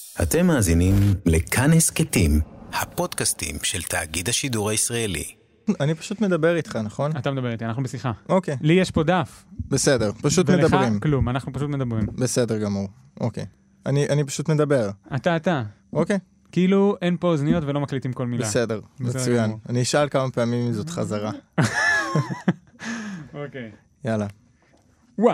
אתם מאזינים לכאן הסקטים, הפודקאסטים של תאגיד השידור הישראלי. אני פשוט מדבר איתך, נכון? אתה מדבר איתי, אנחנו בשיחה. אוקיי. לי יש פה דף. בסדר, פשוט מדברים. ולך כלום, אנחנו פשוט מדברים. בסדר גמור, אוקיי. אני פשוט מדבר. אתה. אוקיי. כאילו אין פה אוזניות ולא מקליטים כל מילה. בסדר, מצוין. אני אשאל כמה פעמים אם זאת חזרה. אוקיי. יאללה. 1.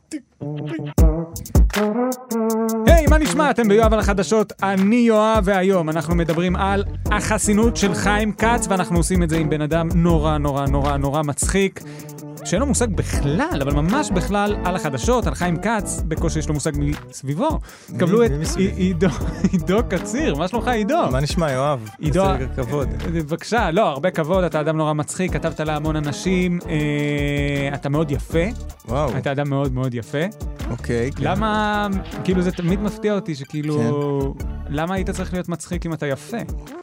היי, מה נשמע? אתם ביואב על החדשות, אני יואב, והיום אנחנו מדברים על החסינות של חיים כץ, ואנחנו עושים את זה עם בן אדם נורא מצחיק, שאין לו מושג בכלל, אבל ממש בכלל על החדשות, על חיים כץ, בקושי יש לו מושג מסביבו. קבלו את עידו קציר, מה שלומך עידו? מה נשמע יואב? עידו, כבוד. בבקשה, לא, הרבה כבוד, אתה אדם נורא מצחיק, כתבת להמון אנשים, אתה מאוד יפה, וואו. אתה אדם מאוד יפה. אוקיי. למה, כאילו זה תמיד מפתיע אותי שכאילו, למה היית צריך להיות מצחיק אם אתה יפה?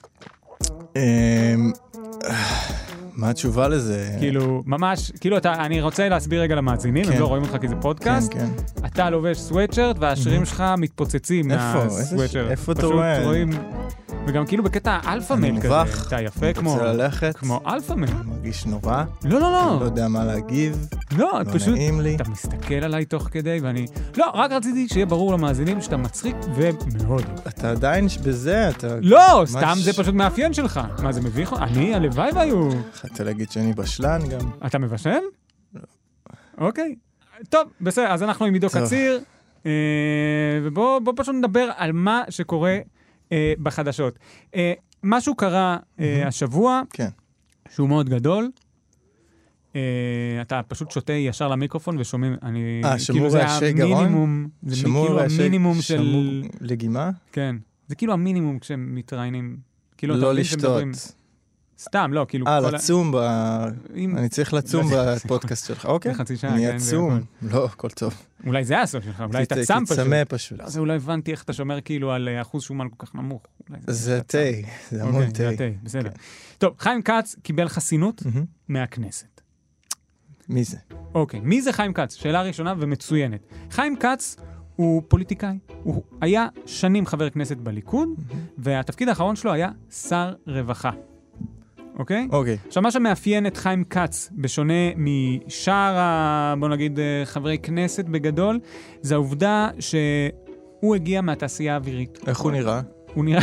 מה התשובה לזה? כאילו, ממש, כאילו אני רוצה להסביר רגע למאזינים, הם לא רואים אותך כי זה פודקאסט. כן. אתה לובש סוויטשרט והשירים שלך מתפוצצים מהסוויטשרט. איפה אתה רואה? פשוט רואים, וגם כאילו בקטע אלפא מייל כזה, אתה יפה כמו אלפא מייל. מרגיש נורא. לא. לא יודע מה להגיב. לא, פשוט, נעים לי. אתה מסתכל עליי תוך כדי, ואני, לא, רק רציתי שיהיה ברור למאזינים שאתה מצחיק ומאוד. אתה עדיין בזה, אתה... לא, סתם זה פשוט מאפיין שלך. מה, זה מביך? אני, הלוואי והיו. חייבת להגיד שאני בשלן גם. אתה מבשל? לא. אוקיי. טוב, בסדר, אז אנחנו עם עידו קציר, ובוא פשוט נדבר על מה שקורה בחדשות. משהו קרה השבוע, שהוא מאוד גדול, אתה פשוט שותה ישר למיקרופון ושומעים, שמור רעשי גרון? זה כאילו המינימום של... שמור לגימה? כן, זה כאילו המינימום כשמתראיינים. לא לשתות. סתם, לא, כאילו... לצום אני צריך לצום בפודקאסט שלך, אוקיי? חצי שעה, אני אצום. לא, הכל טוב. אולי זה הסוף שלך, אולי אתה צם פשוט. תצמא פשוט. לא, זה אולי הבנתי איך אתה שומר כאילו על אחוז שומן כל כך נמוך. זה תה, זה המון תה. בסדר. טוב, חיים כץ קיבל חסינות מהכנסת. מי זה? אוקיי, מי זה חיים כץ? שאלה ראשונה ומצוינת. חיים כץ הוא פוליטיקאי. הוא היה שנים חבר כנסת בליכוד, והתפקיד האחרון שלו היה שר רווחה. אוקיי? אוקיי. עכשיו, מה שמאפיין את חיים כץ, בשונה משאר, בוא נגיד, חברי כנסת בגדול, זה העובדה שהוא הגיע מהתעשייה האווירית. איך הוא נראה? הוא נראה...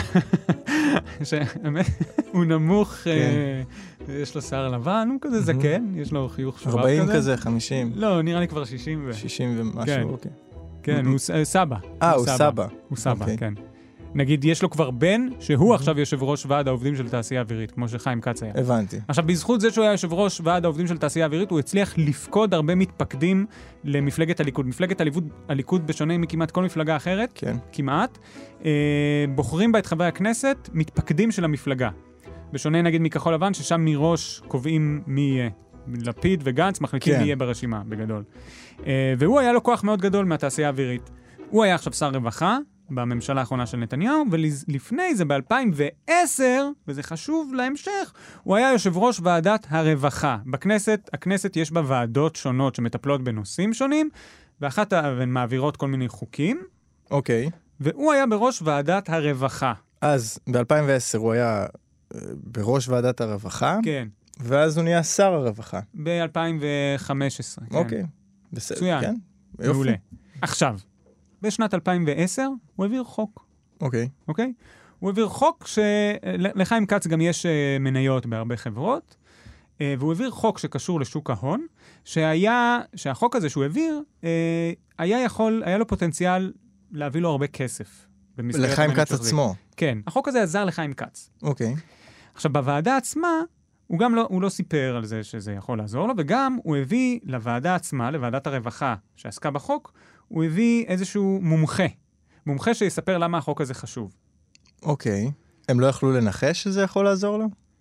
הוא נמוך, יש לו שיער לבן, הוא כזה זקן, יש לו חיוך שובב כזה. 40 כזה, 50. לא, נראה לי כבר 60 60 ומשהו, אוקיי. כן, הוא סבא. הוא סבא. הוא סבא, כן. נגיד, יש לו כבר בן, שהוא עכשיו יושב ראש ועד העובדים של תעשייה אווירית, כמו שחיים כץ היה. הבנתי. עכשיו, בזכות זה שהוא היה יושב ראש ועד העובדים של תעשייה אווירית, הוא הצליח לפקוד הרבה מתפקדים למפלגת הליכוד. מפלגת הליכוד, בשונה מכמעט כל מפלגה אחרת, כן. כמעט, בוחרים בה את חברי הכנסת, מתפקדים של המפלגה. בשונה, נגיד, מכחול לבן, ששם מראש קובעים מי יהיה. לפיד וגנץ מחליטים מי יהיה ברשימה, בגדול. והוא היה לו כוח מאוד גדול מהתעשייה האווירית. הוא היה עכשיו שר רווחה, בממשלה האחרונה של נתניהו, ולפני זה ב-2010, וזה חשוב להמשך, הוא היה יושב ראש ועדת הרווחה. הכנסת יש בה ועדות שונות שמטפלות בנושאים שונים, ואחת הן מעבירות כל מיני חוקים. אוקיי. והוא היה בראש ועדת הרווחה. אז ב-2010 הוא היה בראש ועדת הרווחה. כן. ואז הוא נהיה שר הרווחה. ב-2015. כן. אוקיי. בסדר. מצוין. כן. מעולה. עכשיו. בשנת 2010 הוא העביר חוק. אוקיי. אוקיי? הוא העביר חוק שלחיים כץ גם יש מניות בהרבה חברות, והוא העביר חוק שקשור לשוק ההון, שהחוק הזה שהוא העביר, היה לו פוטנציאל להביא לו הרבה כסף. לחיים כץ עצמו. כן. החוק הזה עזר לחיים כץ. אוקיי. עכשיו, בוועדה עצמה, הוא לא סיפר על זה שזה יכול לעזור לו, וגם הוא הביא לוועדה עצמה, לוועדת הרווחה שעסקה בחוק, הוא הביא איזשהו מומחה שיספר למה החוק הזה חשוב. אוקיי. הם לא יכלו לנחש שזה יכול לעזור לו?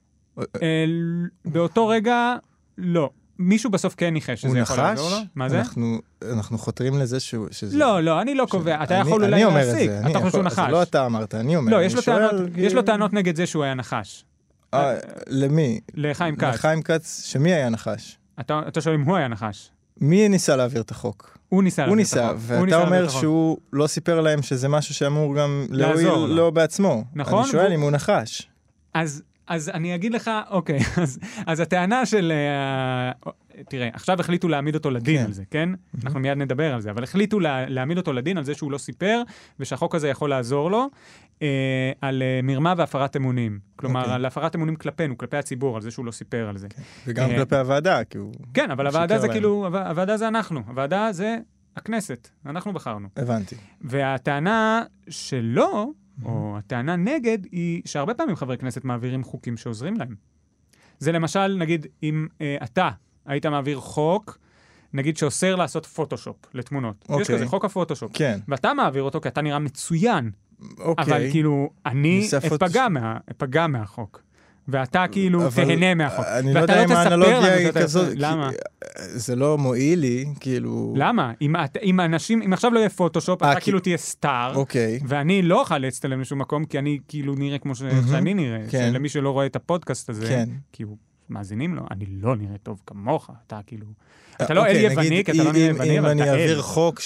באותו רגע, לא. מישהו בסוף כן ניחש שזה יכול לעזור לו. מה זה? אנחנו חותרים לזה שזה... לא, אני לא קובע. אתה יכול אולי להסיק. אתה חושב שהוא נחש. זה לא אתה אמרת, אני אומר. לא, יש לו טענות נגד זה שהוא היה נחש. למי? לחיים כץ. לחיים כץ, שמי היה נחש? אתה שואל אם הוא היה נחש. מי ניסה להעביר את החוק? הוא ניסה הוא ניסה, ואתה אומר שהוא לא סיפר להם שזה משהו שאמור גם להועיל לו בעצמו. נכון. אני שואל אם הוא נחש. אז אני אגיד לך, אוקיי, אז הטענה של, תראה, עכשיו החליטו להעמיד אותו לדין על זה, כן? אנחנו מיד נדבר על זה, אבל החליטו להעמיד אותו לדין על זה שהוא לא סיפר, ושהחוק הזה יכול לעזור לו, על מרמה והפרת אמונים. כלומר, על הפרת אמונים כלפינו, כלפי הציבור, על זה שהוא לא סיפר על זה. וגם כלפי הוועדה, כי הוא... כן, אבל הוועדה זה כאילו, הוועדה זה אנחנו, הוועדה זה הכנסת, אנחנו בחרנו. הבנתי. והטענה שלו, או הטענה נגד, היא שהרבה פעמים חברי כנסת מעבירים חוקים שעוזרים להם. זה למשל, נגיד, אם אתה היית מעביר חוק, נגיד שאוסר לעשות פוטושופ לתמונות. יש כזה חוק הפוטושופ. כן. ואתה מעביר אותו כי אתה נראה מצוין. אוקיי. אבל כאילו, אני אפגע מהחוק. ואתה כאילו תהנה מהחוק. אני לא יודע אם האנלוגיה היא כזאת. למה? זה לא מועיל לי, כאילו... למה? אם עכשיו לא יהיה פוטושופ, אתה כאילו תהיה סטאר, ואני לא אוכל להצטלם לשום מקום, כי אני כאילו נראה כמו שאני נראה. למי שלא רואה את הפודקאסט הזה, כי הוא מאזינים לו, אני לא נראה טוב כמוך, אתה כאילו... אתה לא אל יווני, כי אתה לא נראה יווני, אבל אתה אל. אם אני אעביר חוק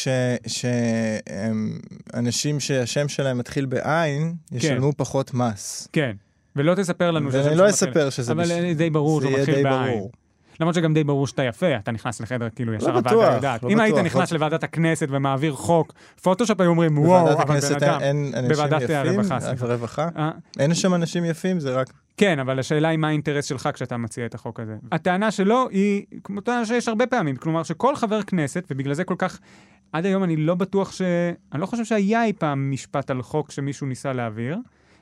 שאנשים שהשם שלהם מתחיל בעין, ישלמו פחות מס. כן. ולא תספר לנו ואני לא אספר שזה... אבל די ברור שהוא מתחיל בעין. למרות שגם די ברור שאתה יפה, אתה נכנס לחדר כאילו ישר הוועדה יודעת. אם היית נכנס לוועדת הכנסת ומעביר חוק, פוטושופ היו אומרים, וואו, בוועדת הכנסת אין אנשים יפים, הרווחה? אין שם אנשים יפים, זה רק... כן, אבל השאלה היא מה האינטרס שלך כשאתה מציע את החוק הזה. הטענה שלו היא, כמו טענה שיש הרבה פעמים, כלומר שכל חבר כנסת, ובגלל זה כל כך, עד היום אני לא בטוח אני לא חושב שהיה אי פעם משפט על חוק שמישהו ניסה להעביר,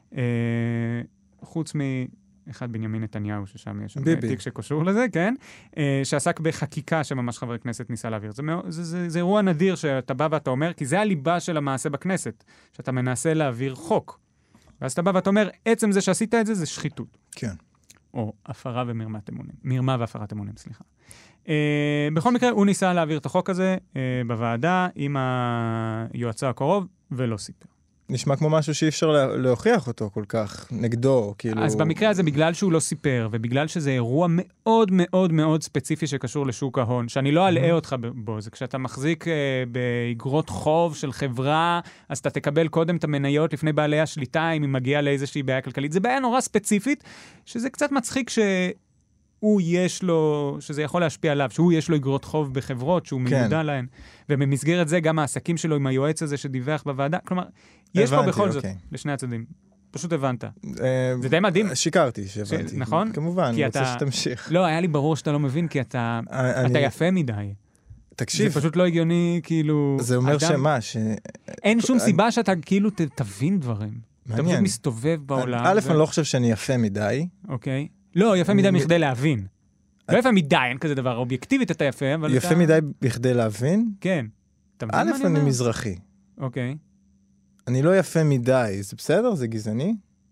חוץ מאחד בנימין נתניהו, ששם יש תיק שקשור לזה, כן? שעסק בחקיקה שממש חבר כנסת ניסה להעביר. זה אירוע נדיר שאתה בא ואתה אומר, כי זה הליבה של המעשה בכנסת, שאתה מנסה להעביר חוק. ואז אתה בא ואתה אומר, עצם זה שעשית את זה, זה שחיתות. כן. או הפרה ומרמת אמונים. מרמה והפרת אמונים, סליחה. בכל מקרה, הוא ניסה להעביר את החוק הזה בוועדה עם היועצה הקרוב, ולא סיפר. נשמע כמו משהו שאי אפשר להוכיח אותו כל כך נגדו, כאילו... אז במקרה הזה, בגלל שהוא לא סיפר, ובגלל שזה אירוע מאוד מאוד מאוד ספציפי שקשור לשוק ההון, שאני לא אלאה אותך בו, זה כשאתה מחזיק באגרות חוב של חברה, אז אתה תקבל קודם את המניות לפני בעלי השליטה, אם היא מגיעה לאיזושהי בעיה כלכלית. זה בעיה נורא ספציפית, שזה קצת מצחיק שהוא יש לו, שזה יכול להשפיע עליו, שהוא יש לו אגרות חוב בחברות, שהוא מיודע להן, ובמסגרת זה גם העסקים שלו עם היועץ הזה שדיווח בוועדה, כלומר, יש פה בכל זאת, לשני הצדדים. פשוט הבנת. זה די מדהים. שיקרתי שהבנתי. נכון? כמובן, אני רוצה שתמשיך. לא, היה לי ברור שאתה לא מבין, כי אתה יפה מדי. תקשיב. זה פשוט לא הגיוני, כאילו... זה אומר שמה, אין שום סיבה שאתה כאילו תבין דברים. אתה פשוט מסתובב בעולם. א', אני לא חושב שאני יפה מדי. אוקיי. לא, יפה מדי מכדי להבין. לא יפה מדי, אין כזה דבר. אובייקטיבית אתה יפה, אבל... יפה מדי בכדי להבין? כן. א', אני מזרחי. אוקיי. אני לא יפה מדי, זה בסדר? זה גזעני?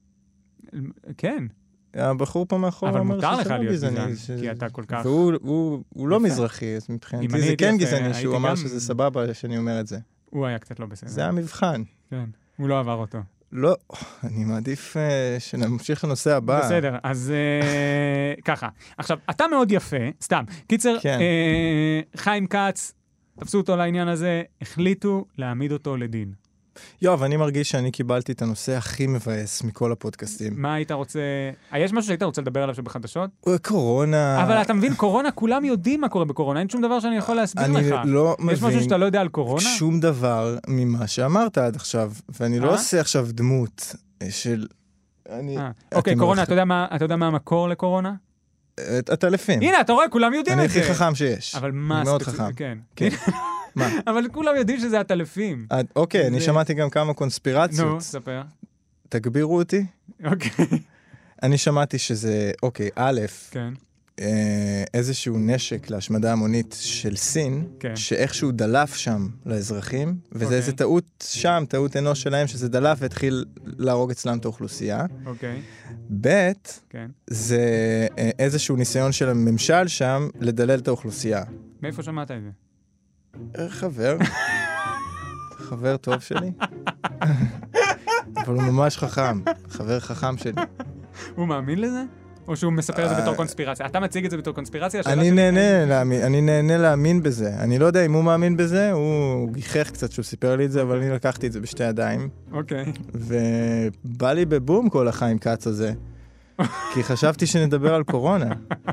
כן. הבחור פה מאחור אומר שזה לא גזעני. אבל מותר לך להיות גזעני, כי אתה כל כך... והוא לא מזרחי, אז מבחינתי זה כן גזעני, שהוא אמר שזה סבבה שאני אומר את זה. הוא היה קצת לא בסדר. זה המבחן. כן, הוא לא עבר אותו. לא, אני מעדיף שנמשיך לנושא הבא. בסדר, אז ככה. עכשיו, אתה מאוד יפה, סתם. קיצר, חיים כץ, תפסו אותו לעניין הזה, החליטו להעמיד אותו לדין. יואב, אני מרגיש שאני קיבלתי את הנושא הכי מבאס מכל הפודקאסטים. מה היית רוצה... יש משהו שהיית רוצה לדבר עליו שבחדשות? קורונה... אבל אתה מבין, קורונה, כולם יודעים מה קורה בקורונה, אין שום דבר שאני יכול להסביר לך. אני לא מבין... יש משהו שאתה לא יודע על קורונה? שום דבר ממה שאמרת עד עכשיו, ואני לא עושה עכשיו דמות של... אוקיי, קורונה, אתה יודע מה המקור לקורונה? הטלפים. הנה, אתה רואה, כולם יודעים את זה. אני הכי חכם שיש. אבל מה מאוד חכם. כן. מה? אבל כולם יודעים שזה הטלפים. אוקיי, אני שמעתי גם כמה קונספירציות. נו, ספר. תגבירו אותי. אוקיי. אני שמעתי שזה, אוקיי, א', כן. איזשהו נשק להשמדה המונית של סין, שאיכשהו דלף שם לאזרחים, וזה איזו טעות שם, טעות אנוש שלהם, שזה דלף והתחיל להרוג אצלם את האוכלוסייה. אוקיי. ב', זה איזשהו ניסיון של הממשל שם לדלל את האוכלוסייה. מאיפה שמעת את זה? חבר טוב שלי. אבל הוא ממש חכם, חבר חכם שלי. הוא מאמין לזה? או שהוא מספר את זה בתור קונספירציה? אתה מציג את זה בתור קונספירציה? אני נהנה להאמין בזה. אני לא יודע אם הוא מאמין בזה, הוא גיחך קצת שהוא סיפר לי את זה, אבל אני לקחתי את זה בשתי ידיים. אוקיי. ובא לי בבום כל החיים כץ הזה. כי חשבתי שנדבר על קורונה.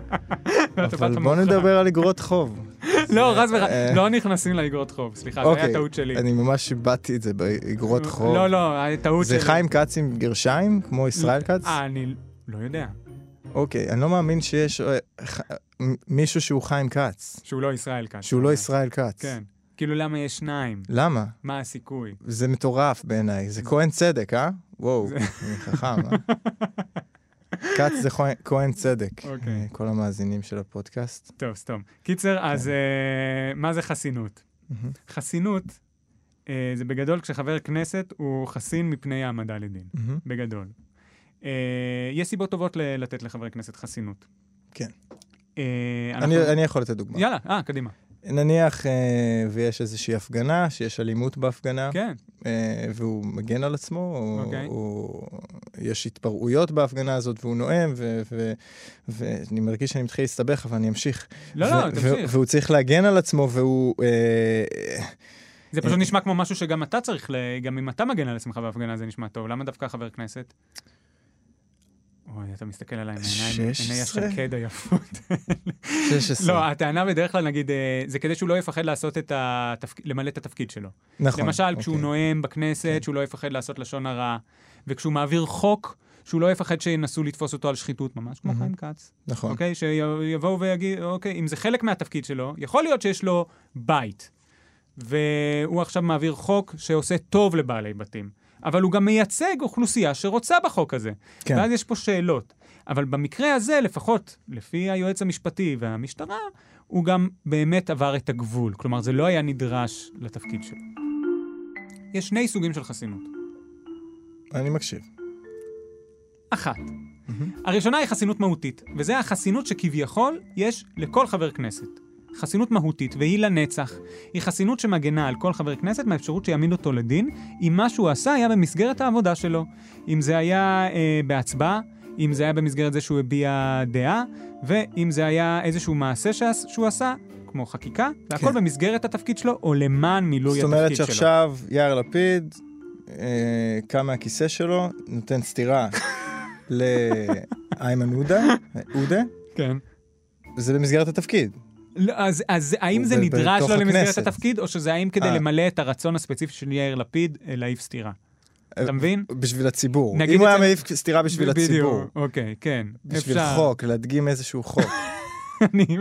אבל בוא נדבר על אגרות חוב. לא, רז וחד, לא נכנסים לאגרות חוב, סליחה, זה היה טעות שלי. אני ממש שיבטתי את זה באגרות חוב. לא, טעות שלי. זה חיים כץ עם גרשיים, כמו ישראל כץ? אני לא יודע. אוקיי, אני לא מאמין שיש מישהו שהוא חיים כץ. שהוא לא ישראל כץ. שהוא לא ישראל כץ. כן. כאילו למה יש שניים? למה? מה הסיכוי? זה מטורף בעיניי. זה כהן צדק, אה? וואו, אני חכם, אה? כץ זה כהן צדק. כל המאזינים של הפודקאסט. טוב, סתום. קיצר, אז מה זה חסינות? חסינות זה בגדול כשחבר כנסת הוא חסין מפני העמדה לדין. בגדול. יש סיבות טובות לתת לחבר כנסת חסינות. כן. אני יכול לתת דוגמה. יאללה, קדימה. נניח ויש איזושהי הפגנה, שיש אלימות בהפגנה, כן. והוא מגן על עצמו, או יש התפרעויות בהפגנה הזאת, והוא נואם, ואני מרגיש שאני מתחיל להסתבך, אבל אני אמשיך. לא, תמשיך. והוא צריך להגן על עצמו, והוא... זה פשוט נשמע כמו משהו שגם אתה צריך, גם אם אתה מגן על עצמך בהפגנה, זה נשמע טוב. למה דווקא חבר כנסת? אוי, אתה מסתכל עליי מעיניים, עיני השקד היפות. 16. לא, הטענה בדרך כלל, נגיד, זה כדי שהוא לא יפחד לעשות למלא את התפקיד שלו. נכון. למשל, כשהוא נואם בכנסת, שהוא לא יפחד לעשות לשון הרע, וכשהוא מעביר חוק, שהוא לא יפחד שינסו לתפוס אותו על שחיתות, ממש כמו חיים כץ. נכון. אוקיי? שיבואו ויגיד, אוקיי, אם זה חלק מהתפקיד שלו, יכול להיות שיש לו בית, והוא עכשיו מעביר חוק שעושה טוב לבעלי בתים. אבל הוא גם מייצג אוכלוסייה שרוצה בחוק הזה. כן. ואז יש פה שאלות. אבל במקרה הזה, לפחות לפי היועץ המשפטי והמשטרה, הוא גם באמת עבר את הגבול. כלומר, זה לא היה נדרש לתפקיד שלו. יש שני סוגים של חסינות. אני מקשיב. אחת. הראשונה היא חסינות מהותית, וזה החסינות שכביכול יש לכל חבר כנסת. חסינות מהותית, והיא לנצח. היא חסינות שמגנה על כל חבר כנסת מהאפשרות שיעמיד אותו לדין, אם מה שהוא עשה היה במסגרת העבודה שלו. אם זה היה בהצבעה, אם זה היה במסגרת זה שהוא הביע דעה, ואם זה היה איזשהו מעשה שהוא עשה, כמו חקיקה, והכל במסגרת התפקיד שלו, או למען מילוי התפקיד שלו. זאת אומרת שעכשיו יאיר לפיד קם מהכיסא שלו, נותן סתירה לאיימן עודה. כן. זה במסגרת התפקיד. אז האם זה נדרש לו למסגרת התפקיד, או שזה האם כדי למלא את הרצון הספציפי של יאיר לפיד להעיף סתירה? אתה מבין? בשביל הציבור. אם הוא היה מעיף סתירה בשביל הציבור. אוקיי, כן. בשביל חוק, להדגים איזשהו חוק. אני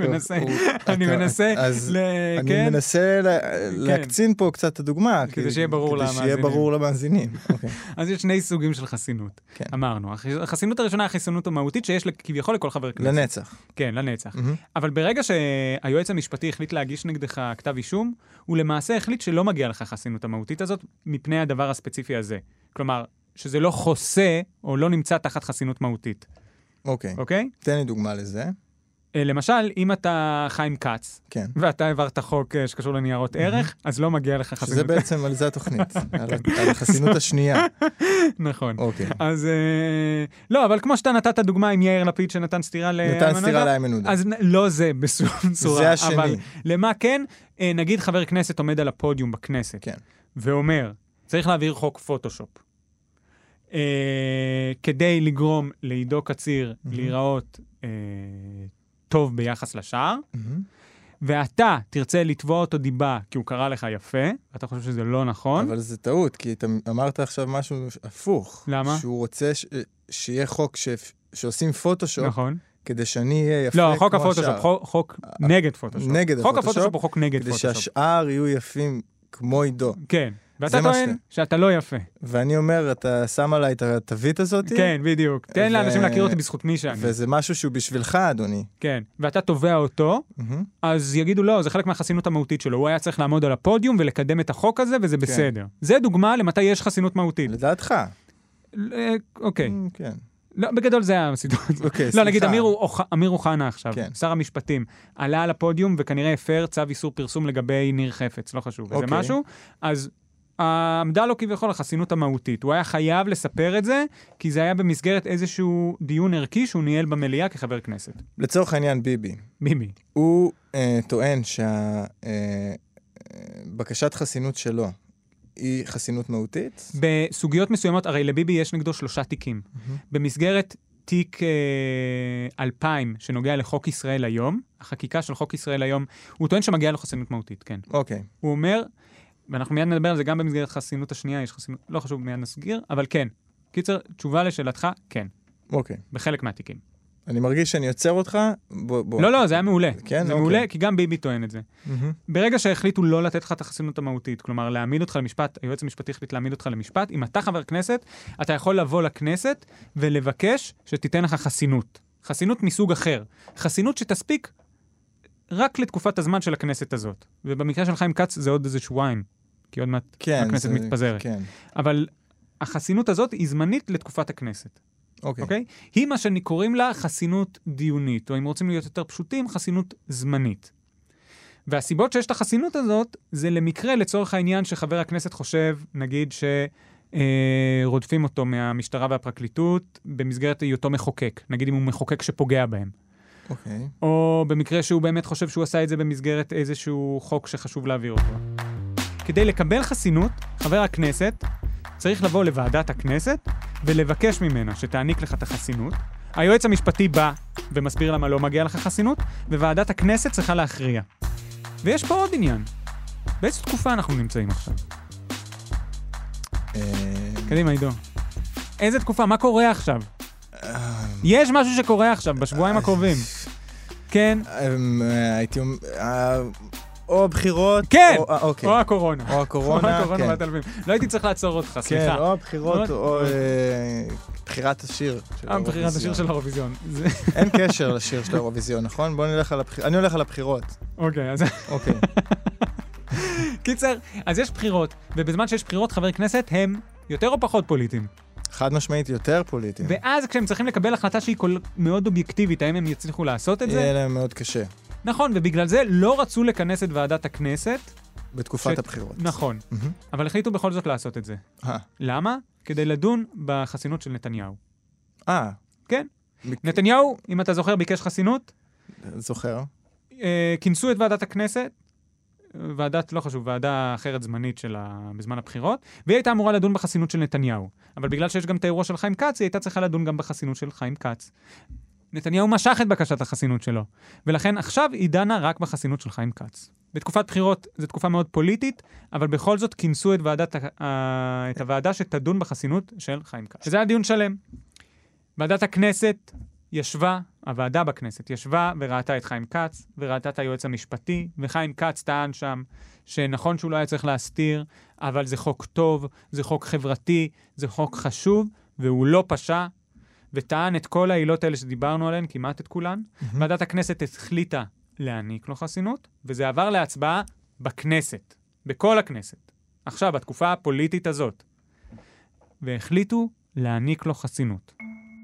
מנסה להקצין פה קצת את הדוגמה. כדי שיהיה ברור למאזינים. כדי שיהיה ברור למאזינים. אז יש שני סוגים של חסינות. אמרנו. החסינות הראשונה היא החסינות המהותית שיש כביכול לכל חבר כנסת. לנצח. כן, לנצח. אבל ברגע שהיועץ המשפטי החליט להגיש נגדך כתב אישום, הוא למעשה החליט שלא מגיע לך החסינות המהותית הזאת מפני הדבר הספציפי הזה. כלומר, שזה לא חוסה או לא נמצא תחת חסינות מהותית. אוקיי. תן לי דוגמה לזה. למשל, אם אתה חיים כץ, ואתה העברת חוק שקשור לניירות ערך, אז לא מגיע לך חסינות. שזה בעצם על זה התוכנית, על החסינות השנייה. נכון. אז, לא, אבל כמו שאתה נתת דוגמה עם יאיר לפיד שנתן סתירה לאיימן עודה. אז לא זה בשום צורה. זה השני. אבל למה כן, נגיד חבר כנסת עומד על הפודיום בכנסת, ואומר, צריך להעביר חוק פוטושופ. כדי לגרום לעידו קציר להיראות טוב ביחס לשאר, ואתה תרצה לתבוע אותו דיבה כי הוא קרא לך יפה, ואתה חושב שזה לא נכון. אבל זה טעות, כי אתה אמרת עכשיו משהו הפוך. למה? שהוא רוצה שיהיה חוק שעושים פוטושופ, נכון. כדי שאני אהיה יפה לא, חוק הפוטושופ, חוק נגד פוטושופ. חוק הפוטושופ הוא חוק נגד פוטושופ. כדי שהשאר יהיו יפים כמו עידו. כן. ואתה טוען שאתה לא יפה. ואני אומר, אתה שם עליי את התווית הזאת? כן, בדיוק. תן לאנשים להכיר אותי בזכות מי שאני. וזה משהו שהוא בשבילך, אדוני. כן. ואתה תובע אותו, אז יגידו לא, זה חלק מהחסינות המהותית שלו. הוא היה צריך לעמוד על הפודיום ולקדם את החוק הזה, וזה בסדר. זה דוגמה למתי יש חסינות מהותית. לדעתך. אוקיי. כן. לא, בגדול זה היה הסיטואציה. לא, נגיד, אמיר אוחנה עכשיו, שר המשפטים, עלה על הפודיום וכנראה הפר צו איסור פרסום לגבי ניר חפץ, לא חשוב. זה משהו, אז עמדה לו כביכול החסינות המהותית. הוא היה חייב לספר את זה, כי זה היה במסגרת איזשהו דיון ערכי שהוא ניהל במליאה כחבר כנסת. לצורך העניין ביבי. הוא טוען שהבקשת חסינות שלו היא חסינות מהותית? בסוגיות מסוימות, הרי לביבי יש נגדו 3 תיקים. במסגרת תיק 2000 שנוגע לחוק ישראל היום, החקיקה של חוק ישראל היום, הוא טוען שמגיע לו חסינות מהותית, כן. אוקיי. הוא אומר, ואנחנו מיד נדבר על זה גם במסגרת חסינות השנייה, יש חסינות, לא חשוב מיד נסגיר, אבל כן. קיצר, תשובה לשאלתך, כן. אוקיי. בחלק מהתיקים. אני מרגיש שאני יוצר אותך, בוא. לא, זה היה מעולה. כן, זה מעולה, כי גם ביבי טוען את זה. ברגע שהחליטו לא לתת לך את החסינות המהותית, כלומר, להעמיד אותך למשפט, היועץ המשפטי החליט להעמיד אותך למשפט, אם אתה חבר כנסת, אתה יכול לבוא לכנסת ולבקש שתיתן לך חסינות. חסינות מסוג אחר. חסינות שתספיק רק לתקופת הזמן של הכנסת הזאת. ובמקרה של חיים כץ זה עוד איזה שבועיים, כי עוד מעט הכנסת מתפזרת. אבל החסינות הזאת היא זמנית לתקופת הכנסת. אוקיי? היא מה שקוראים לה חסינות דיונית, או אם רוצים להיות יותר פשוטים, חסינות זמנית. והסיבות שיש את החסינות הזאת, זה למקרה לצורך העניין שחבר הכנסת חושב, נגיד שרודפים אותו מהמשטרה והפרקליטות, במסגרת היותו מחוקק. נגיד אם הוא מחוקק שפוגע בהם. אוקיי. או במקרה שהוא באמת חושב שהוא עשה את זה במסגרת איזשהו חוק שחשוב להעביר אותו. כדי לקבל חסינות, חבר הכנסת צריך לבוא לוועדת הכנסת ולבקש ממנה שתעניק לך את החסינות. היועץ המשפטי בא ומסביר למה לא מגיע לך חסינות, וועדת הכנסת צריכה להכריע. ויש פה עוד עניין. באיזו תקופה אנחנו נמצאים עכשיו? קדימה, עידו. איזה תקופה? מה קורה עכשיו? יש משהו שקורה עכשיו, בשבועיים הקרובים. כן. הייתי אומר... או הבחירות, כן! אוקיי. או הקורונה. או הקורונה, כן. לא הייתי צריך לעצור אותך, סליחה. כן, או הבחירות, או בחירת השיר של האירוויזיון. בחירת השיר של האירוויזיון. אין קשר לשיר של האירוויזיון, נכון? בוא נלך על הבחירות. אני הולך על הבחירות. אוקיי, אז... אוקיי. קיצר, אז יש בחירות, ובזמן שיש בחירות, חבר כנסת הם יותר או פחות פוליטיים. חד משמעית יותר פוליטיים. ואז כשהם צריכים לקבל החלטה שהיא מאוד אובייקטיבית, האם הם יצליחו לעשות את זה? יהיה להם מאוד קשה. נכון, ובגלל זה לא רצו לכנס את ועדת הכנסת. בתקופת הבחירות. נכון. אבל החליטו בכל זאת לעשות את זה. למה? כדי לדון בחסינות של נתניהו. כן. נתניהו, אם אתה זוכר, ביקש חסינות. זוכר. כינסו את ועדת הכנסת, ועדת, לא חשוב, ועדה אחרת זמנית בזמן הבחירות, והיא הייתה אמורה לדון בחסינות של נתניהו. אבל בגלל שיש גם את האירוע של חיים כץ, היא הייתה צריכה לדון גם בחסינות של חיים כץ. נתניהו משך את בקשת החסינות שלו, ולכן עכשיו היא דנה רק בחסינות של חיים כץ. בתקופת בחירות זו תקופה מאוד פוליטית, אבל בכל זאת כינסו את הוועדה שתדון בחסינות של חיים כץ. שזה היה דיון שלם. ועדת הכנסת ישבה, הוועדה בכנסת ישבה וראתה את חיים כץ, וראתה את היועץ המשפטי, וחיים כץ טען שם שנכון שהוא לא היה צריך להסתיר, אבל זה חוק טוב, זה חוק חברתי, זה חוק חשוב, והוא לא פשע, וטען את כל העילות האלה שדיברנו עליהן, כמעט את כולן. ועדת הכנסת החליטה להעניק לו חסינות, וזה עבר להצבעה בכנסת, בכל הכנסת. עכשיו, בתקופה הפוליטית הזאת. והחליטו להעניק לו חסינות.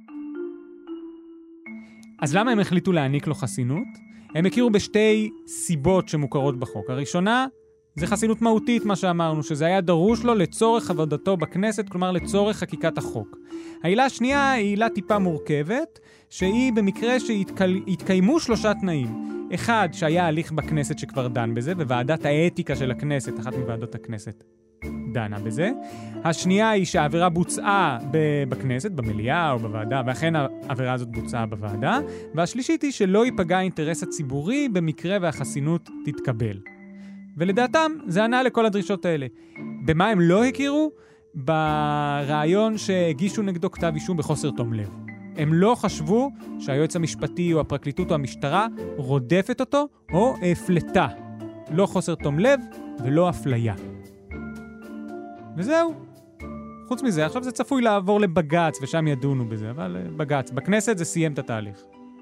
אז למה הם החליטו להעניק לו חסינות? הם הכירו בשתי סיבות שמוכרות בחוק. הראשונה, זה חסינות מהותית, מה שאמרנו, שזה היה דרוש לו לצורך עבודתו בכנסת, כלומר לצורך חקיקת החוק. העילה השנייה היא עילה טיפה מורכבת, שהיא במקרה שהתקיימו 3 תנאים. אחד, שהיה הליך בכנסת שכבר דן בזה, וועדת האתיקה של הכנסת, אחת מוועדות הכנסת, דנה בזה. השנייה היא שהעבירה בוצעה בכנסת, במליאה או בוועדה, ואכן העבירה הזאת בוצעה בוועדה. והשלישית היא שלא ייפגע האינטרס הציבורי במקרה והחסינות תתקבל. ולדעתם זה ענה לכל הדרישות האלה. במה הם לא הכירו? ברעיון שהגישו נגדו כתב אישום בחוסר תום לב. הם לא חשבו שהיועץ המשפטי או הפרקליטות או המשטרה רודפת אותו או הפלטה. לא חוסר תום לב ולא אפליה. וזהו. חוץ מזה, עכשיו זה צפוי לעבור לבגץ ושם ידונו בזה, אבל בגץ. בכנסת זה סיים את התהליך.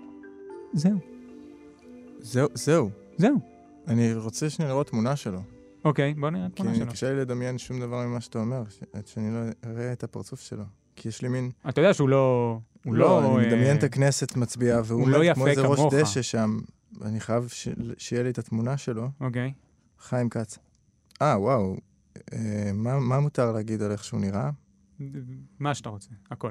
זהו. זהו. אני רוצה שנייה לראות תמונה שלו. אוקיי, בוא נראה תמונה שלו. כי קשה לי לדמיין שום דבר ממה שאתה אומר, שאני לא אראה את הפרצוף שלו. כי יש לי מין... אתה יודע שהוא לא... אני מדמיין את הכנסת מצביעה, והוא לא כמו איזה כמוך. ראש דשא שם. אני חייב שיהיה לי את התמונה שלו. אוקיי. חיים כץ. וואו. מה מותר להגיד על איך שהוא נראה? מה שאתה רוצה, הכל.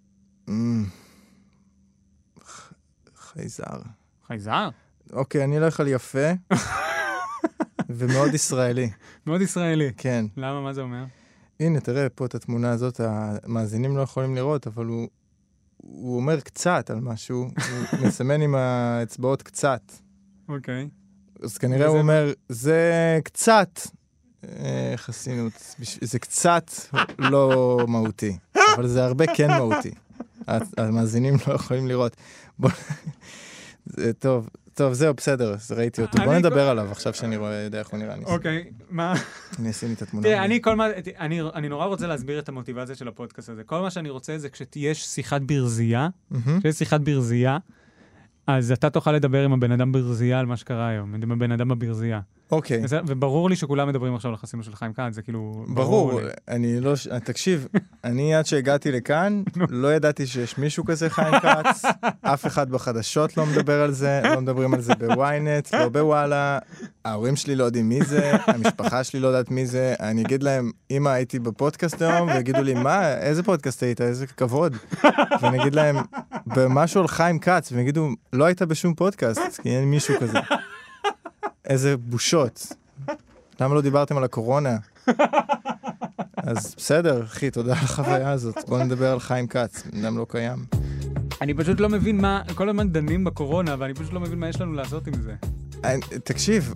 חייזר. חייזר? אוקיי, אני אלך על יפה. ומאוד ישראלי. מאוד ישראלי. כן. למה? מה זה אומר? הנה, תראה פה את התמונה הזאת, המאזינים לא יכולים לראות, אבל הוא אומר קצת על משהו, הוא מסמן עם האצבעות קצת. אוקיי. אז כנראה הוא אומר, זה קצת חסינות, זה קצת לא מהותי, אבל זה הרבה כן מהותי. המאזינים לא יכולים לראות. זה טוב. טוב, זהו, בסדר, אז ראיתי אותו. בוא נדבר עליו, עכשיו שאני יודע איך הוא נראה. אוקיי, מה? אני אשים את התמונה. תראה, אני נורא רוצה להסביר את המוטיבציה של הפודקאסט הזה. כל מה שאני רוצה זה כשיש שיחת ברזייה, כשיש שיחת ברזייה, אז אתה תוכל לדבר עם הבן אדם ברזייה על מה שקרה היום, עם הבן אדם בברזייה. אוקיי. וברור לי שכולם מדברים עכשיו על החסינות של חיים כץ, זה כאילו... ברור, אני לא... תקשיב, אני עד שהגעתי לכאן, לא ידעתי שיש מישהו כזה חיים כץ, אף אחד בחדשות לא מדבר על זה, לא מדברים על זה בוויינט, לא בוואלה, ההורים שלי לא יודעים מי זה, המשפחה שלי לא יודעת מי זה, אני אגיד להם, אמא, הייתי בפודקאסט היום, ויגידו לי, מה, איזה פודקאסט היית, איזה כבוד, ואני אגיד להם, במשהו על חיים כץ, והם יגידו, לא היית בשום פודקאסט, כי אין מישהו כזה. איזה בושות. למה לא דיברתם על הקורונה? אז בסדר, אחי, תודה על החוויה הזאת. בואו נדבר על חיים כץ, אדם לא קיים. אני פשוט לא מבין מה, כל הזמן דנים בקורונה, ואני פשוט לא מבין מה יש לנו לעשות עם זה. תקשיב,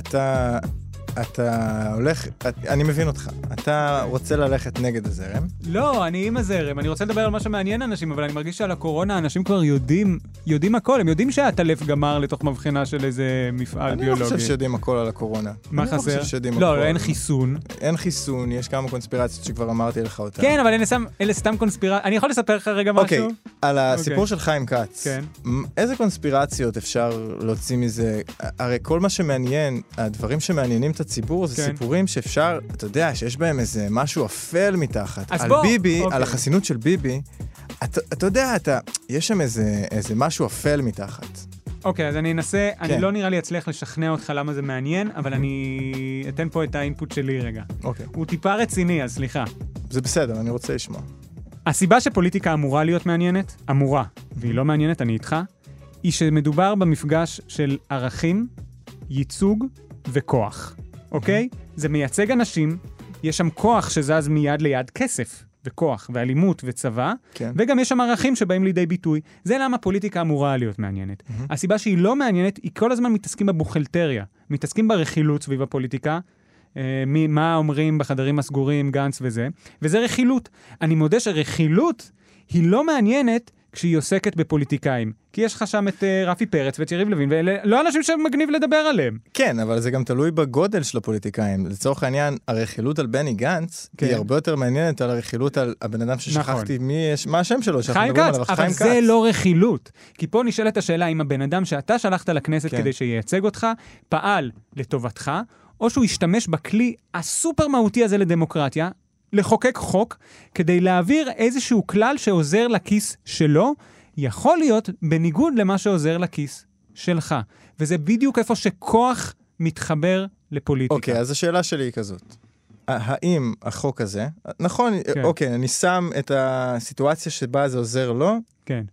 אתה הולך, אני מבין אותך, אתה רוצה ללכת נגד הזרם? לא, אני עם הזרם, אני רוצה לדבר על מה שמעניין אנשים, אבל אני מרגיש שעל הקורונה אנשים כבר יודעים הכל, הם יודעים שהטלף גמר לתוך מבחנה של איזה מפעל ביולוגי. אני לא חושב שיודעים הכל על הקורונה. מה חסר? לא, אין חיסון. אין חיסון, יש כמה קונספירציות שכבר אמרתי לך אותה. כן, אבל אלה סתם קונספירציות. אני יכול לספר לך רגע משהו? אוקיי, על הסיפור של חיים כץ. כן. איזה קונספירציות אפשר להוציא מזה? הרי כל מה שמעניין, הדברים שמעניינים את הציבור, זה סיפורים שאפשר, אתה יודע, שיש בהם איזה משהו אפל מתחת. על ביבי, על החסינות של ביבי, אתה יודע, יש שם איזה משהו אפל מתחת. אוקיי, אז אני אנסה, אני לא נראה לי אצליח לשכנע אותך למה זה מעניין, אבל אני אתן פה את האינפוט שלי רגע. אוקיי. הוא טיפה רציני, אז סליחה. זה בסדר, אני רוצה לשמוע. הסיבה שפוליטיקה אמורה להיות מעניינת, אמורה, והיא לא מעניינת, אני איתך, היא שמדובר במפגש של ערכים, ייצוג וכוח. אוקיי? זה מייצג אנשים, יש שם כוח שזז מיד ליד, כסף וכוח ואלימות וצבא, כן. וגם יש שם ערכים שבאים לידי ביטוי. זה למה פוליטיקה אמורה להיות מעניינת. הסיבה שהיא לא מעניינת, היא כל הזמן מתעסקים בבוכלטריה, מתעסקים ברכילות סביב הפוליטיקה, מה אומרים בחדרים הסגורים, גנץ וזה רכילות. אני מודה שרכילות היא לא מעניינת כשהיא עוסקת בפוליטיקאים. כי יש לך שם את רפי פרץ ואת יריב לוין, ואלה לא אנשים שמגניב לדבר עליהם. כן, אבל זה גם תלוי בגודל של הפוליטיקאים. לצורך העניין, הרכילות על בני גנץ, היא הרבה יותר מעניינת על הרכילות על הבן אדם ששכחתי מה השם שלו, חיים כץ, אבל זה לא רכילות. כי פה נשאלת השאלה אם הבן אדם שאתה שלחת לכנסת כדי שייצג אותך, פעל לטובתך, או שהוא ישתמש בכלי הסופר מהותי הזה לדמוקרטיה, לחוקק חוק, כדי להעביר איזשהו כלל שעוזר לכיס שלו, יכול להיות בניגוד למה שעוזר לכיס שלך. וזה בדיוק איפה שכוח מתחבר לפוליטיקה. אוקיי, אז השאלה שלי היא כזאת. האם החוק הזה, נכון, אוקיי, אני שם את הסיטואציה שבה זה עוזר לו, כן.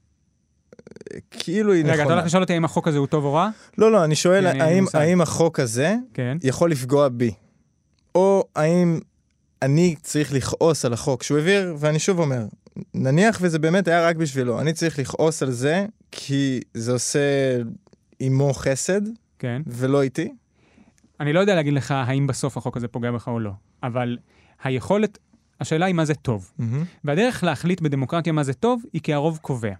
כאילו היא נכונה. רגע, אתה הולך לשאול אותי האם החוק הזה הוא טוב או רע? לא, אני שואל, האם החוק הזה יכול לפגוע בי? או האם אני צריך לכעוס על החוק שהוא העביר, ואני שוב אומר, נניח וזה באמת היה רק בשבילו, אני צריך לכעוס על זה, כי זה עושה עמו חסד, כן. ולא איתי. אני לא יודע להגיד לך האם בסוף החוק הזה פוגע בך או לא, אבל היכולת, השאלה היא מה זה טוב. והדרך להחליט בדמוקרטיה מה זה טוב, היא כי הרוב קובע.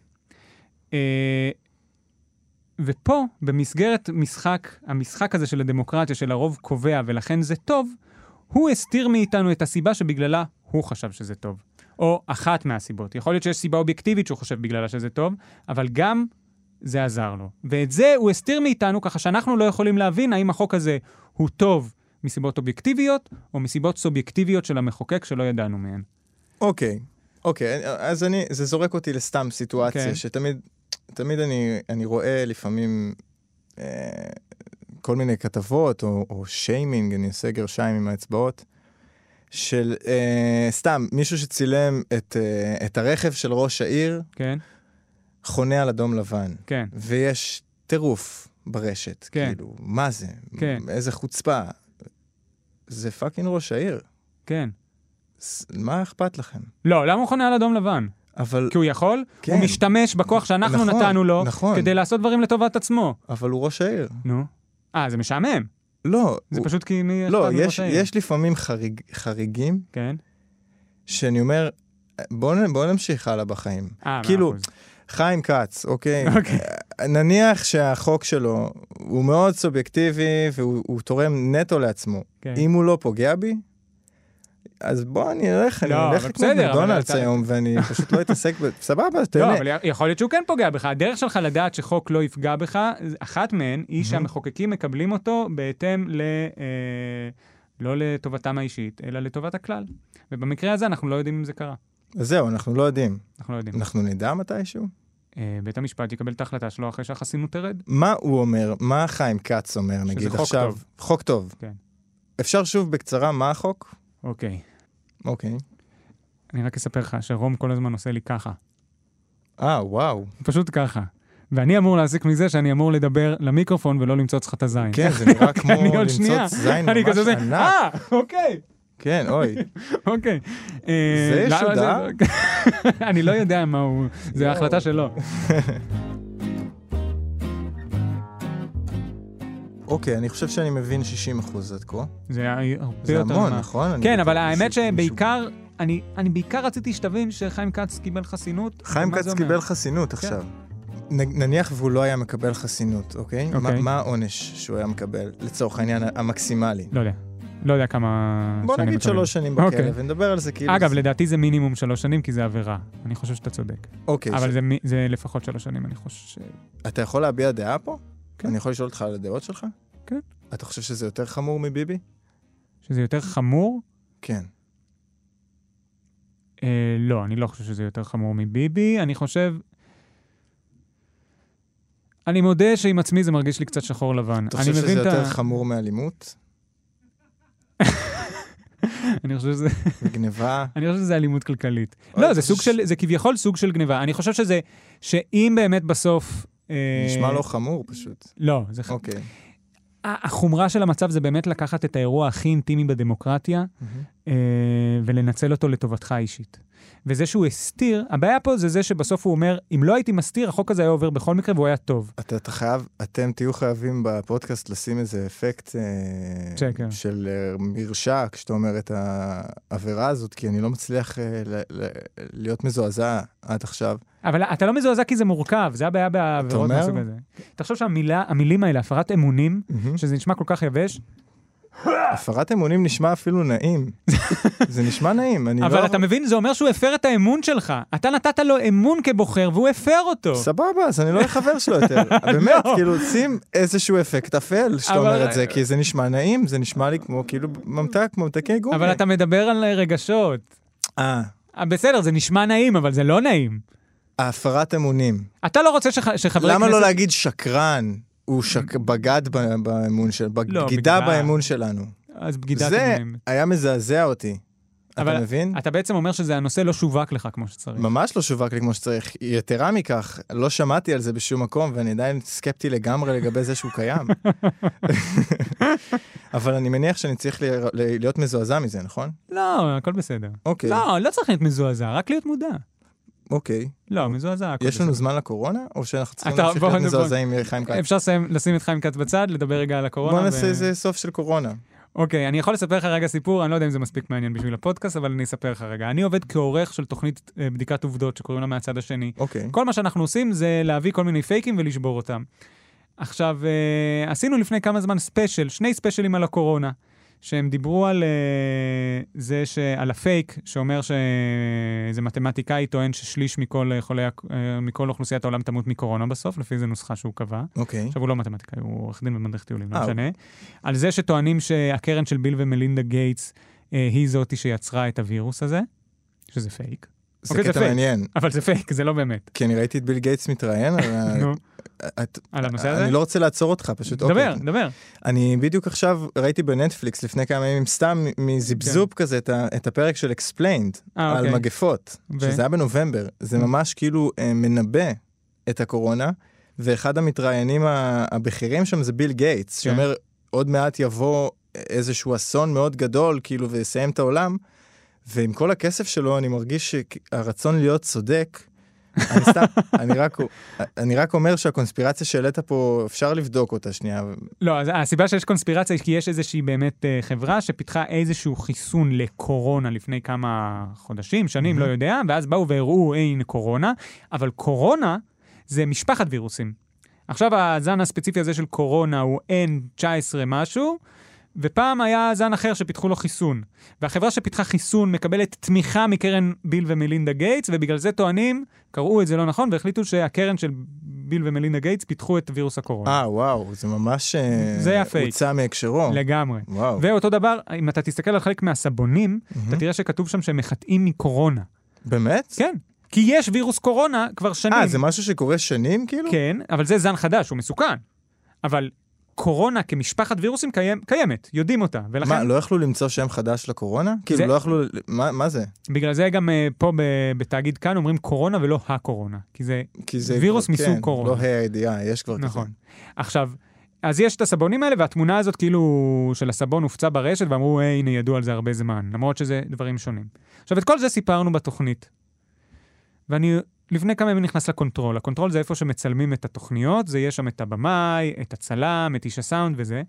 ופה, במסגרת המשחק הזה של הדמוקרטיה, של הרוב קובע, ולכן זה טוב, הוא הסתיר מאיתנו את הסיבה שבגללה הוא חשב שזה טוב. או אחת מהסיבות. יכול להיות שיש סיבה אובייקטיבית שהוא חושב בגללה שזה טוב, אבל גם זה עזר לו. ואת זה הוא הסתיר מאיתנו, ככה שאנחנו לא יכולים להבין האם החוק הזה הוא טוב מסיבות אובייקטיביות, או מסיבות סובייקטיביות של המחוקק שלא ידענו מהן. אוקיי, אז זה זורק אותי לסתם סיטואציה, שתמיד אני רואה לפעמים כל מיני כתבות, או שיימינג, אני עושה גרשיים עם האצבעות, של סתם, מישהו שצילם את הרכב של ראש העיר, כן. חונה על אדום לבן. כן. ויש טירוף ברשת. כן. כאילו, מה זה? כן. איזה חוצפה. זה פאקינג ראש העיר. כן. מה אכפת לכם? לא, למה הוא חונה על אדום לבן? אבל... כי הוא יכול, כן. הוא משתמש בכוח שאנחנו נכון, נתנו לו, נכון. כדי לעשות דברים לטובת עצמו. אבל הוא ראש העיר. נו. זה משעמם. לא. זה פשוט כי מי לא, אכפת מראש העיר. יש לפעמים חריגים, כן. שאני אומר, בוא נמשיך הלאה בחיים. כאילו, חיים כץ, אוקיי? נניח שהחוק שלו הוא מאוד סובייקטיבי, והוא תורם נטו לעצמו. אם הוא לא פוגע בי, אז בוא אני אלך לקנות מקדונלדס היום, ואני פשוט לא אתעסק סבבה, תהנה. לא, אבל יכול להיות שהוא כן פוגע בך. הדרך שלך לדעת שחוק לא יפגע בך, אחת מהן היא שהמחוקקים מקבלים אותו בהתאם לא לטובתם האישית, אלא לטובת הכלל. ובמקרה הזה אנחנו לא יודעים אם זה קרה. אז זהו, אנחנו לא יודעים. אנחנו לא יודעים. אנחנו נדע מתישהו? בית המשפט יקבל את ההחלטה שלו אחרי שהחסינות תרד. מה הוא אומר? מה חיים כץ אומר, נגיד עכשיו? חוק טוב. כן. אפשר שוב בקצרה מה החוק? אוקיי. אוקיי. אני רק אספר לך שרום כל הזמן עושה לי ככה. וואו. פשוט ככה. ואני אמור להסיק מזה שאני אמור לדבר למיקרופון ולא למצוץ לך את הזין. כן, זה נראה כמו למצוץ זין ממש ענק. אוקיי. כן, אוי. אוקיי. זה שודר? אני לא יודע מה הוא, זה ההחלטה שלו. אוקיי, אני חושב שאני מבין 60% עד כה. זה הרבה יותר... זה המון, נכון? כן, אבל האמת שבעיקר, אני בעיקר רציתי שתבין שחיים כץ קיבל חסינות. חיים כץ קיבל חסינות עכשיו. נניח והוא לא היה מקבל חסינות, אוקיי? מה העונש שהוא היה מקבל, לצורך העניין המקסימלי? לא יודע. לא יודע כמה... בוא נגיד 3 שנים בכלא, ונדבר על זה כאילו... אגב, לדעתי זה מינימום 3 שנים, כי זה עבירה. אני חושב שאתה צודק. אוקיי. אבל זה לפחות 3 שנים, אני חושב. אתה יכול להביע דעה פה? כן. אני יכול לשאול אותך על הדעות שלך? כן. אתה חושב שזה יותר חמור מביבי? שזה יותר חמור? כן. לא, אני לא חושב שזה יותר חמור מביבי. אני חושב... אני מודה שעם עצמי זה מרגיש לי קצת שחור לבן. אתה חושב שזה יותר חמור מאלימות? אני חושב שזה... גניבה? אני חושב שזה אלימות כלכלית. לא, זה כביכול סוג של גניבה. אני חושב שזה... שאם באמת בסוף... נשמע לא חמור פשוט. לא, זה... אוקיי. החומרה של המצב זה באמת לקחת את האירוע הכי אינטימי בדמוקרטיה, ולנצל אותו לטובתך האישית. וזה שהוא הסתיר, הבעיה פה זה שבסוף הוא אומר, אם לא הייתי מסתיר, החוק הזה היה עובר בכל מקרה והוא היה טוב. אתם תהיו חייבים בפודקאסט לשים איזה אפקט של מרשע, כשאתה אומר את העבירה הזאת, כי אני לא מצליח להיות מזועזע עד עכשיו. אבל אתה לא מזועזע כי זה מורכב, זה הבעיה בעבירות מהסוג הזה. תחשוב שהמילים האלה, הפרת אמונים, שזה נשמע כל כך יבש, הפרת אמונים נשמע אפילו נעים. זה נשמע נעים. אבל אתה מבין, זה אומר שהוא הפר את האמון שלך. אתה נתת לו אמון כבוחר, והוא הפר אותו. סבבה, אז אני לא חבר שלו יותר. באמת, כאילו, שים איזשהו אפקט אפל, שאתה אומר את זה, כי זה נשמע נעים, זה נשמע לי כמו, כאילו, ממתקי גומי. אבל אתה מדבר על רגשות. בסדר, זה נשמע נעים, אבל זה לא נעים. הפרת אמונים. אתה לא רוצה שחברי כנסת... למה לא להגיד שקרן? הוא בגד באמון שלנו, בגידה באמון שלנו. אז בגידת אמונים. זה היה מזעזע אותי. אתה מבין? אתה בעצם אומר שזה הנושא לא שווק לך כמו שצריך. ממש לא שווק לי כמו שצריך. יתרה מכך, לא שמעתי על זה בשום מקום, ואני עדיין סקפטי לגמרי לגבי זה שהוא קיים. אבל אני מניח שאני צריך להיות מזועזע מזה, נכון? לא, הכל בסדר. אוקיי. לא צריך להיות מזועזע, רק להיות מודע. אוקיי. לא, מזועזע. יש לנו זמן לקורונה, או שאנחנו צריכים להמשיך להיות מזועזעים מחיים כץ? אפשר לשים את חיים כץ בצד, לדבר רגע על הקורונה. בוא נעשה איזה סוף של קורונה. אוקיי, אני יכול לספר לך רגע סיפור, אני לא יודע אם זה מספיק מעניין בשביל הפודקאסט, אבל אני אספר לך רגע. אני עובד כעורך של תוכנית בדיקת עובדות, שקוראים לה מהצד השני. אוקיי. כל מה שאנחנו עושים זה להביא כל מיני פייקים ולשבור אותם. עכשיו, עשינו לפני כמה זמן שני ספיישלים על הקורונה. שהם דיברו על זה על הפייק, שאומר שאיזה מתמטיקאי טוען ששליש מכל אוכלוסיית העולם תמות מקורונה בסוף, לפי זה נוסחה שהוא קבע. אוקיי. עכשיו הוא לא מתמטיקאי, הוא עורך דין ומדריך טיולים, לא משנה. על זה שטוענים שהקרן של ביל ומלינדה גייטס היא זאתי שיצרה את הווירוס הזה, שזה פייק. זה קטע מעניין. אבל זה פייק, זה לא באמת. כי אני ראיתי את ביל גייטס מתראיין על הנושא הזה? אני לא רוצה לעצור אותך, פשוט. דבר. אני בדיוק עכשיו ראיתי בנטפליקס לפני כמה ימים, סתם מזיבזוב כזה, את הפרק של Explained, על מגפות, שזה היה בנובמבר. זה ממש כאילו מנבא את הקורונה, ואחד המתראיינים הבכירים שם זה ביל גייטס, שאומר, עוד מעט יבוא איזשהו אסון מאוד גדול, כאילו, ויסיים את העולם, ועם כל הכסף שלו, אני מרגיש שהרצון להיות צודק, אני רק אומר שהקונספירציה שהעלית פה, אפשר לבדוק אותה שנייה. לא, אז הסיבה שיש קונספירציה היא כי יש איזושהי באמת חברה שפיתחה איזשהו חיסון לקורונה לפני כמה חודשים, שנים, לא יודע, ואז באו והראו, הנה קורונה, אבל קורונה זה משפחת וירוסים. עכשיו הזן הספציפי הזה של קורונה הוא N19 משהו, ופעם היה זן אחר שפיתחו לו חיסון. והחברה שפיתחה חיסון מקבלת תמיכה מקרן ביל ומלינדה גייטס, ובגלל זה טוענים, קראו את זה לא נכון, והחליטו שהקרן של ביל ומלינדה גייטס פיתחו את וירוס הקורונה. וואו, זה ממש הוצא מהקשרו. לגמרי. וואו. ואותו דבר, אם אתה תסתכל על חלק מהסבונים, אתה תראה שכתוב שם שהם מחטאים מקורונה. באמת? כן. כי יש וירוס קורונה כבר שנים. זה משהו שקורה שנים כאילו? כן, אבל זה זן חדש, הוא מסוכן. אבל קורונה כמשפחת וירוסים קיימת, יודעים אותה. ולכן... מה, לא יכלו למצוא שם חדש לקורונה? כאילו לא יכלו... מה זה? בגלל זה גם פה בתאגיד כאן אומרים קורונה ולא הקורונה. כי זה וירוס מסוג קורונה. לא הידיעה, יש כבר כזה. נכון. עכשיו, אז יש את הסבונים האלה, והתמונה הזאת כאילו של הסבון הופצה ברשת, ואמרו, הנה, ידעו על זה הרבה זמן, למרות שזה דברים שונים. עכשיו, את כל זה סיפרנו בתוכנית. ואני לפני כמה ימים נכנס לקונטרול. הקונטרול זה איפה שמצלמים את התוכניות, זה יש שם את הבמאי, את הצלם, את איש הסאונד וזה.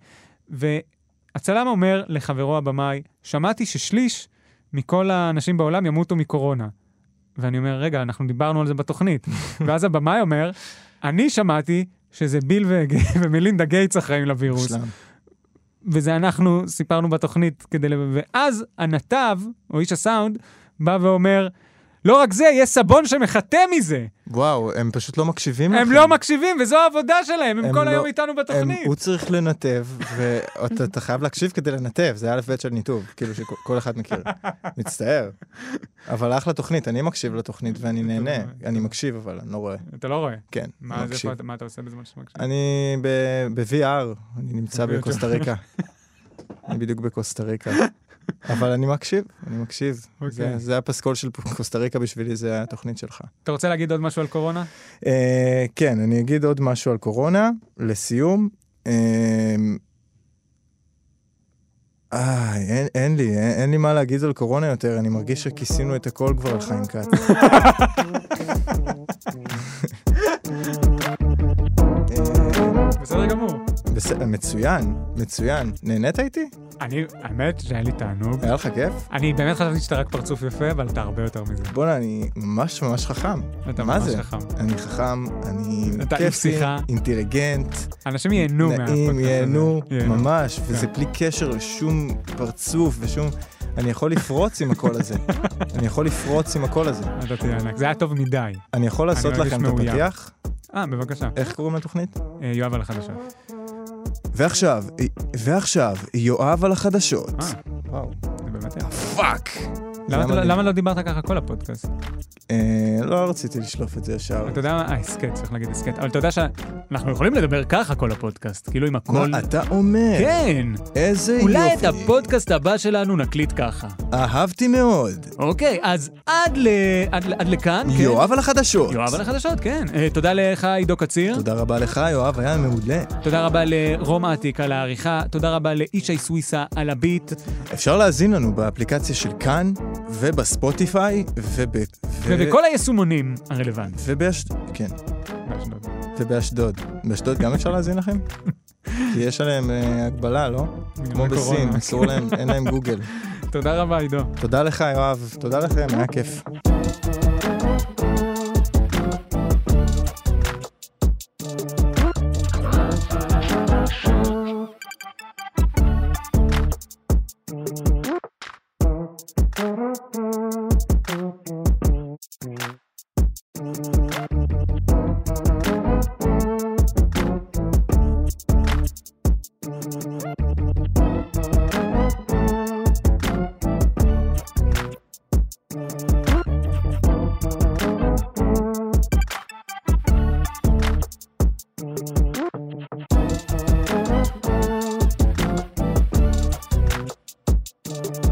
והצלם אומר לחברו הבמאי, שמעתי ששליש מכל האנשים בעולם ימותו מקורונה. ואני אומר, רגע, אנחנו דיברנו על זה בתוכנית. ואז הבמאי אומר, אני שמעתי שזה ביל ומלינדה גייטס אחראים לווירוס. וזה אנחנו סיפרנו בתוכנית ואז הנתב, או איש הסאונד, בא ואומר, לא רק זה, יש סבון שמחטא מזה. וואו, הם פשוט לא מקשיבים לכם. הם לא מקשיבים, וזו העבודה שלהם, הם כל היום איתנו בתוכנית. הוא צריך לנתב, ואתה חייב להקשיב כדי לנתב, זה א' ב' של ניתוב, כאילו שכל אחד מכיר. מצטער. אבל אחלה תוכנית, אני מקשיב לתוכנית ואני נהנה. אני מקשיב, אבל אני לא רואה. אתה לא רואה? כן, אני מקשיב. מה אתה עושה בזמן שאתה מקשיב? אני ב-VR, אני נמצא בקוסטה ריקה. אני בדיוק בקוסטה ריקה. אבל אני מקשיב. זה הפסקול של קוסטה ריקה בשבילי, זה התוכנית שלך. אתה רוצה להגיד עוד משהו על קורונה? כן, אני אגיד עוד משהו על קורונה, לסיום. אין לי מה להגיד על קורונה יותר, אני מרגיש שכיסינו את הכל כבר על חיים כץ. בסדר גמור. מצוין. נהנית איתי? האמת שהיה לי תענוג. היה לך כיף? אני באמת חשבתי שאתה רק פרצוף יפה, אבל אתה הרבה יותר מזה. בוא'נה, אני ממש חכם. אתה ממש חכם. אני חכם, אני כיפי, אינטליגנט. אנשים ייהנו נעים, ייהנו, ממש, וזה בלי קשר לשום פרצוף ושום... אני יכול לפרוץ עם הקול הזה. אתה תהיה ענק. זה היה טוב מדי. אני יכול לעשות לכם את הפתיח? בבקשה. איך קוראים לתוכנית? יואב על החדשות. ועכשיו, יואב על החדשות. וואו, זה באמת היה. פאק! למה לא דיברת ככה כל הפודקאסט? לא רציתי לשלוף את זה ישר. אתה יודע מה? הסקט, צריך להגיד הסקט. אבל אתה יודע שאנחנו יכולים לדבר ככה כל הפודקאסט, כאילו עם הכל... מה אתה אומר? כן! איזה יופי. אולי את הפודקאסט הבא שלנו נקליט ככה. אהבתי מאוד. אוקיי, אז עד לכאן, כן? יואב על החדשות. יואב על החדשות, כן. תודה לך, עידו קציר. תודה רבה לך, יואב, היה מעולה. תודה רבה לרום עתיק על העריכה. תודה רבה לאישי סוויסה על הביט. אפשר להזין לנו באפליקציה של כאן, ובספוטיפיי, ובכל היישומונים הרלוונט. כן. ובאשדוד. באשדוד גם אפשר להזין לכם? כי יש עליהם הגבלה, לא? כמו בסין, אסור להם, אין להם גוגל. תודה רבה, עידו. תודה לך, יואב. תודה לכם, היה כיף. להתראות.